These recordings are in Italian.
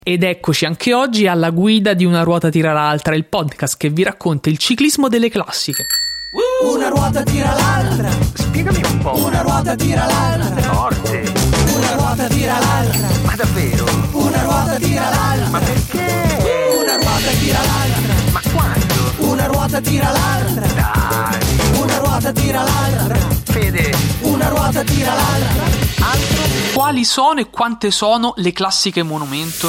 Ed eccoci anche oggi alla guida di Una ruota tira l'altra, il podcast che vi racconta il ciclismo delle classiche. Una ruota tira l'altra. Spiegami un po'. Una ruota tira l'altra. Forte. Una ruota tira l'altra. Ma davvero? Una ruota tira l'altra. Ma perché? Una ruota tira l'altra. Ma quando? Una ruota tira l'altra. Dai. Una ruota tira l'altra. Fede. Una ruota tira l'altra. Altro? Quali sono e quante sono le classiche monumento?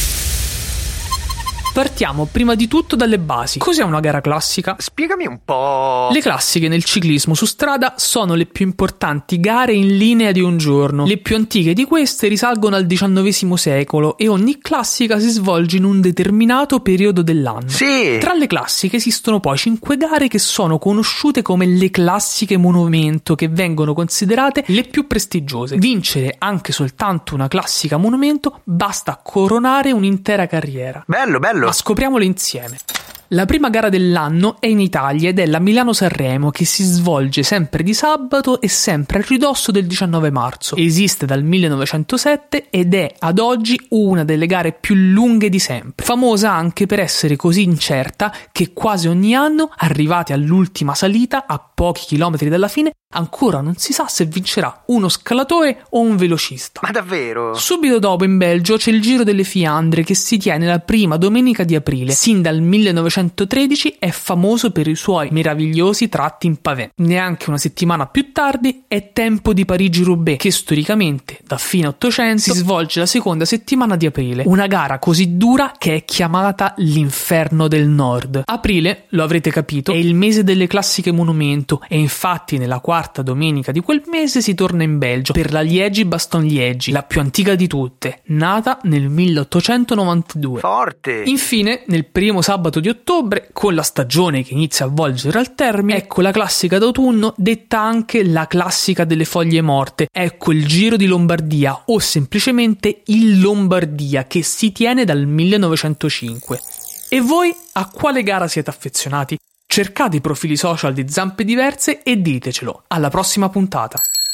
Partiamo prima di tutto dalle basi. Cos'è una gara classica? Spiegami un po'. Le classiche nel ciclismo su strada sono le più importanti gare in linea di un giorno. Le più antiche di queste risalgono al XIX secolo e ogni classica si svolge in un determinato periodo dell'anno. Sì. Tra le classiche esistono poi 5 gare che sono conosciute come le classiche monumento, che vengono considerate le più prestigiose. Vincere anche soltanto una classica monumento basta coronare un'intera carriera. Bello. Ma scopriamole insieme. La prima gara dell'anno è in Italia ed è la Milano-Sanremo, che si svolge sempre di sabato e sempre a ridosso del 19 marzo. Esiste dal 1907 ed è ad oggi una delle gare più lunghe di sempre. Famosa anche per essere così incerta che quasi ogni anno, arrivati all'ultima salita, a pochi chilometri dalla fine, ancora non si sa se vincerà uno scalatore o un velocista. Ma davvero? Subito dopo in Belgio c'è il Giro delle Fiandre, che si tiene la prima domenica di aprile. Sin dal 1913 è famoso per i suoi meravigliosi tratti in pavé. Neanche una settimana più tardi è tempo di Parigi-Roubaix, che storicamente da fine 800 si svolge la seconda settimana di aprile. Una gara così dura che è chiamata l'inferno del nord. Aprile, lo avrete capito, è il mese delle classiche monumento e infatti nella quarta domenica di quel mese si torna in Belgio per la Liegi-Bastogne-Liegi, la più antica di tutte, nata nel 1892. Forte. Infine, nel primo sabato di ottobre, con la stagione che inizia a volgere al termine, ecco la classica d'autunno, detta anche la classica delle foglie morte. Ecco il Giro di Lombardia, o semplicemente il Lombardia, che si tiene dal 1905. E voi a quale gara siete affezionati? Cercate i profili social di Zampe Diverse e ditecelo. Alla prossima puntata.